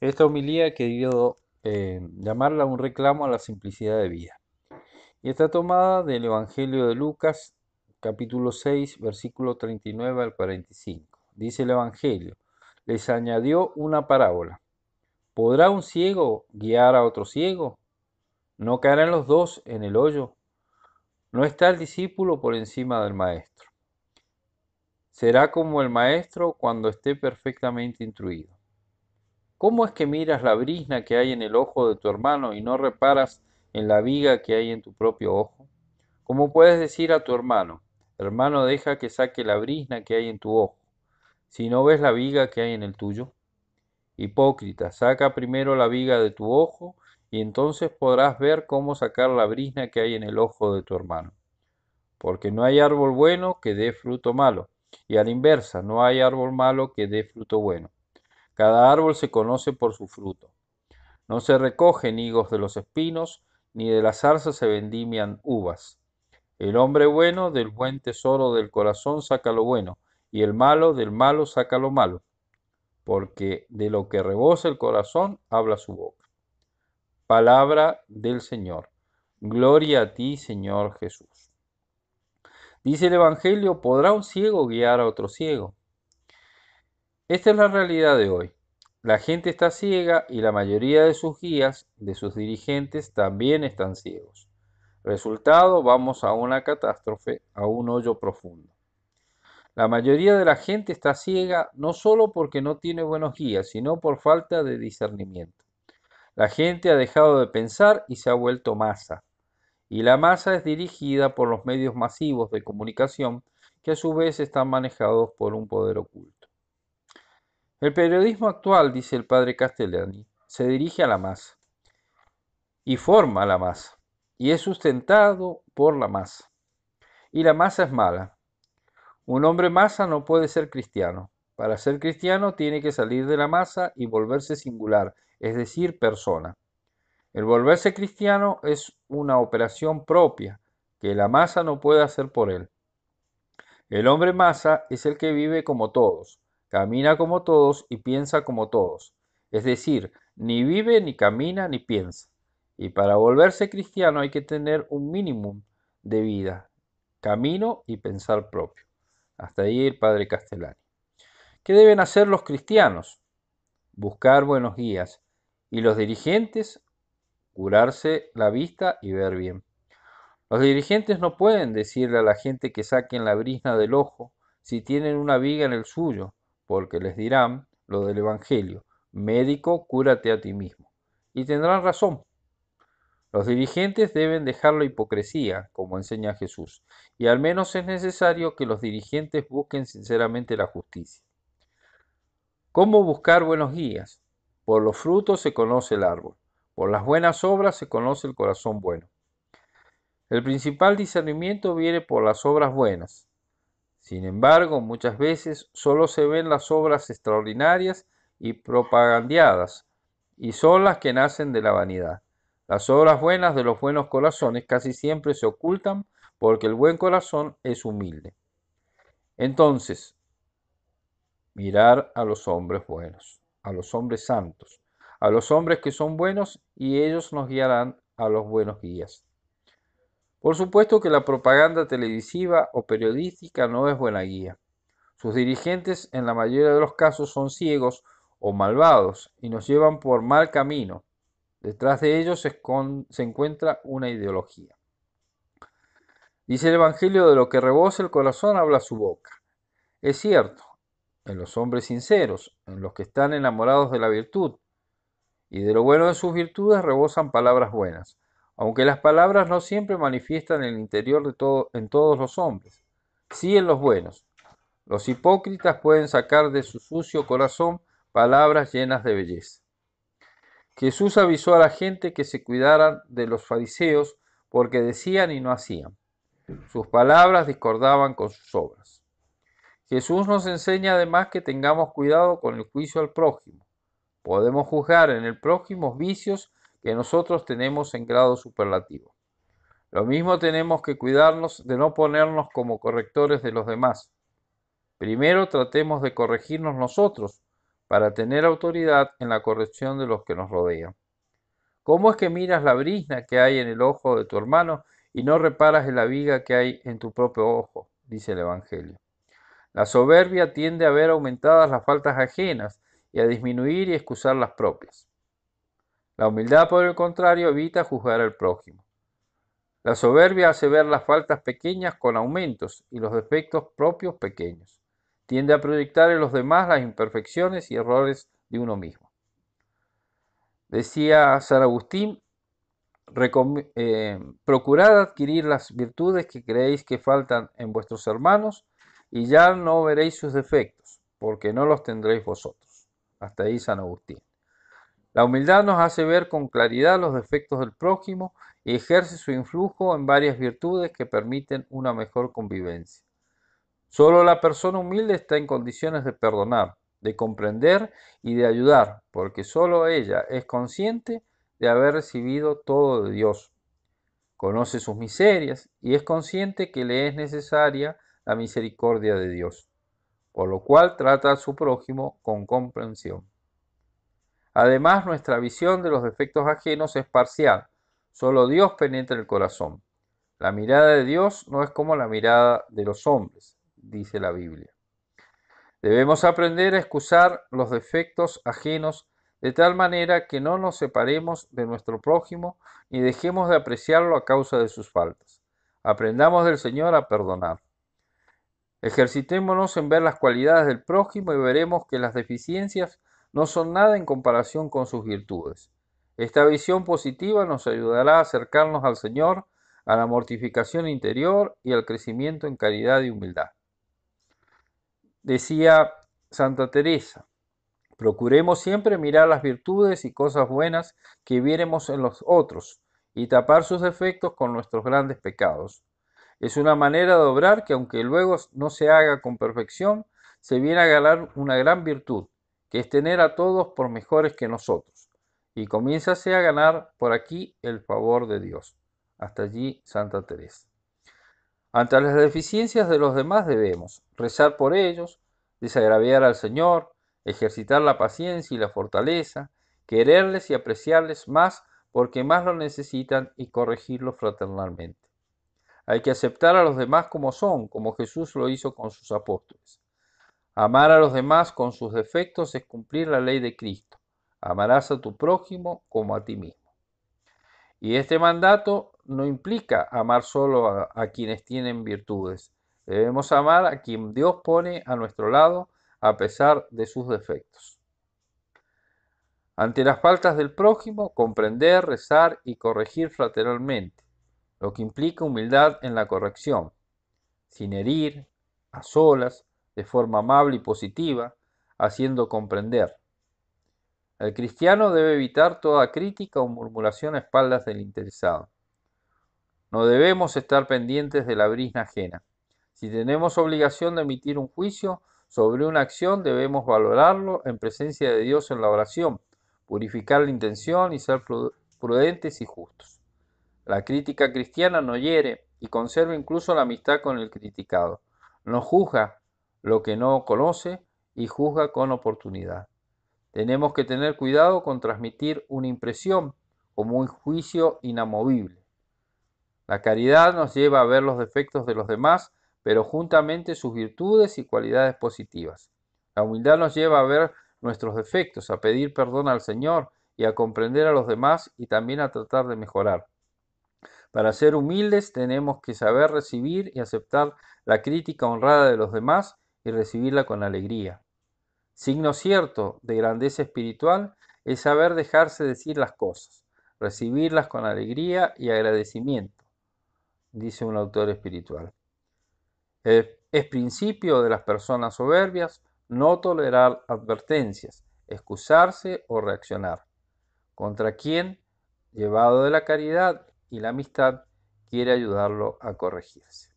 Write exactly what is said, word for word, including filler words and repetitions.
Esta homilía he querido eh, llamarla un reclamo a la simplicidad de vida. Y está tomada del Evangelio de Lucas, capítulo seis, versículo treinta y nueve al cuarenta y cinco. Dice el Evangelio, les añadió una parábola. ¿Podrá un ciego guiar a otro ciego? ¿No caerán los dos en el hoyo? ¿No está el discípulo por encima del maestro? Será como el maestro cuando esté perfectamente instruido. ¿Cómo es que miras la brizna que hay en el ojo de tu hermano y no reparas en la viga que hay en tu propio ojo? ¿Cómo puedes decir a tu hermano, hermano, deja que saque la brizna que hay en tu ojo, si no ves la viga que hay en el tuyo? Hipócrita, saca primero la viga de tu ojo y entonces podrás ver cómo sacar la brizna que hay en el ojo de tu hermano. Porque no hay árbol bueno que dé fruto malo, y a la inversa, no hay árbol malo que dé fruto bueno. Cada árbol se conoce por su fruto. No se recogen higos de los espinos, ni de las zarzas se vendimian uvas. El hombre bueno del buen tesoro del corazón saca lo bueno, y el malo del malo saca lo malo, porque de lo que rebosa el corazón habla su boca. Palabra del Señor. Gloria a ti, Señor Jesús. Dice el Evangelio, ¿podrá un ciego guiar a otro ciego? Esta es la realidad de hoy. La gente está ciega y la mayoría de sus guías, de sus dirigentes, también están ciegos. Resultado, vamos a una catástrofe, a un hoyo profundo. La mayoría de la gente está ciega no solo porque no tiene buenos guías, sino por falta de discernimiento. La gente ha dejado de pensar y se ha vuelto masa. Y la masa es dirigida por los medios masivos de comunicación que a su vez están manejados por un poder oculto. El periodismo actual, dice el padre Castellani, se dirige a la masa y forma a la masa y es sustentado por la masa. Y la masa es mala. Un hombre masa no puede ser cristiano. Para ser cristiano tiene que salir de la masa y volverse singular, es decir, persona. El volverse cristiano es una operación propia que la masa no puede hacer por él. El hombre masa es el que vive como todos, camina como todos y piensa como todos. Es decir, ni vive, ni camina, ni piensa. Y para volverse cristiano hay que tener un mínimo de vida, camino y pensar propio. Hasta ahí el padre Castellani. ¿Qué deben hacer los cristianos? Buscar buenos guías. Y los dirigentes, curarse la vista y ver bien. Los dirigentes no pueden decirle a la gente que saquen la brizna del ojo si tienen una viga en el suyo, porque les dirán lo del Evangelio, médico, cúrate a ti mismo. Y tendrán razón. Los dirigentes deben dejar la hipocresía, como enseña Jesús, y al menos es necesario que los dirigentes busquen sinceramente la justicia. ¿Cómo buscar buenos guías? Por los frutos se conoce el árbol, por las buenas obras se conoce el corazón bueno. El principal discernimiento viene por las obras buenas. Sin embargo, muchas veces solo se ven las obras extraordinarias y propagandeadas, y son las que nacen de la vanidad. Las obras buenas de los buenos corazones casi siempre se ocultan porque el buen corazón es humilde. Entonces, mirar a los hombres buenos, a los hombres santos, a los hombres que son buenos y ellos nos guiarán a los buenos guías. Por supuesto que la propaganda televisiva o periodística no es buena guía. Sus dirigentes en la mayoría de los casos son ciegos o malvados y nos llevan por mal camino. Detrás de ellos se, se encuentra una ideología. Dice el Evangelio, de lo que rebosa el corazón habla su boca. Es cierto, en los hombres sinceros, en los que están enamorados de la virtud, y de lo bueno de sus virtudes rebosan palabras buenas, aunque las palabras no siempre manifiestan el interior de todo, en todos los hombres, sí en los buenos. Los hipócritas pueden sacar de su sucio corazón palabras llenas de belleza. Jesús avisó a la gente que se cuidaran de los fariseos porque decían y no hacían. Sus palabras discordaban con sus obras. Jesús nos enseña además que tengamos cuidado con el juicio al prójimo. Podemos juzgar en el prójimo vicios que nosotros tenemos en grado superlativo. Lo mismo tenemos que cuidarnos de no ponernos como correctores de los demás. Primero tratemos de corregirnos nosotros para tener autoridad en la corrección de los que nos rodean. ¿Cómo es que miras la brizna que hay en el ojo de tu hermano y no reparas en la viga que hay en tu propio ojo? Dice el Evangelio. La soberbia tiende a ver aumentadas las faltas ajenas y a disminuir y excusar las propias. La humildad, por el contrario, evita juzgar al prójimo. La soberbia hace ver las faltas pequeñas con aumentos y los defectos propios pequeños. Tiende a proyectar en los demás las imperfecciones y errores de uno mismo. Decía San Agustín, eh, procurad adquirir las virtudes que creéis que faltan en vuestros hermanos y ya no veréis sus defectos, porque no los tendréis vosotros. Hasta ahí San Agustín. La humildad nos hace ver con claridad los defectos del prójimo y ejerce su influjo en varias virtudes que permiten una mejor convivencia. Solo la persona humilde está en condiciones de perdonar, de comprender y de ayudar, porque solo ella es consciente de haber recibido todo de Dios. Conoce sus miserias y es consciente que le es necesaria la misericordia de Dios, por lo cual trata a su prójimo con comprensión. Además, nuestra visión de los defectos ajenos es parcial. Solo Dios penetra el corazón. La mirada de Dios no es como la mirada de los hombres, dice la Biblia. Debemos aprender a excusar los defectos ajenos de tal manera que no nos separemos de nuestro prójimo ni dejemos de apreciarlo a causa de sus faltas. Aprendamos del Señor a perdonar. Ejercitémonos en ver las cualidades del prójimo y veremos que las deficiencias no son nada en comparación con sus virtudes. Esta visión positiva nos ayudará a acercarnos al Señor, a la mortificación interior y al crecimiento en caridad y humildad. Decía Santa Teresa, procuremos siempre mirar las virtudes y cosas buenas que viéremos en los otros y tapar sus defectos con nuestros grandes pecados. Es una manera de obrar que, aunque luego no se haga con perfección, se viene a ganar una gran virtud, que es tener a todos por mejores que nosotros, y comiénzase a ganar por aquí el favor de Dios. Hasta allí Santa Teresa. Ante las deficiencias de los demás debemos rezar por ellos, desagraviar al Señor, ejercitar la paciencia y la fortaleza, quererles y apreciarles más porque más lo necesitan y corregirlos fraternalmente. Hay que aceptar a los demás como son, como Jesús lo hizo con sus apóstoles. Amar a los demás con sus defectos es cumplir la ley de Cristo. Amarás a tu prójimo como a ti mismo. Y este mandato no implica amar solo a, a quienes tienen virtudes. Debemos amar a quien Dios pone a nuestro lado a pesar de sus defectos. Ante las faltas del prójimo, comprender, rezar y corregir fraternalmente, lo que implica humildad en la corrección, sin herir, a solas, de forma amable y positiva, haciendo comprender. El cristiano debe evitar toda crítica o murmuración a espaldas del interesado. No debemos estar pendientes de la brizna ajena. Si tenemos obligación de emitir un juicio sobre una acción, debemos valorarlo en presencia de Dios en la oración, purificar la intención y ser prudentes y justos. La crítica cristiana no hiere y conserva incluso la amistad con el criticado. No juzga lo que no conoce y juzga con oportunidad. Tenemos que tener cuidado con transmitir una impresión como un juicio inamovible. La caridad nos lleva a ver los defectos de los demás, pero juntamente sus virtudes y cualidades positivas. La humildad nos lleva a ver nuestros defectos, a pedir perdón al Señor y a comprender a los demás y también a tratar de mejorar. Para ser humildes tenemos que saber recibir y aceptar la crítica honrada de los demás y recibirla con alegría. Signo cierto de grandeza espiritual es saber dejarse decir las cosas, recibirlas con alegría y agradecimiento, dice un autor espiritual. Es principio de las personas soberbias no tolerar advertencias, excusarse o reaccionar. Contra quien, llevado de la caridad y la amistad, quiere ayudarlo a corregirse.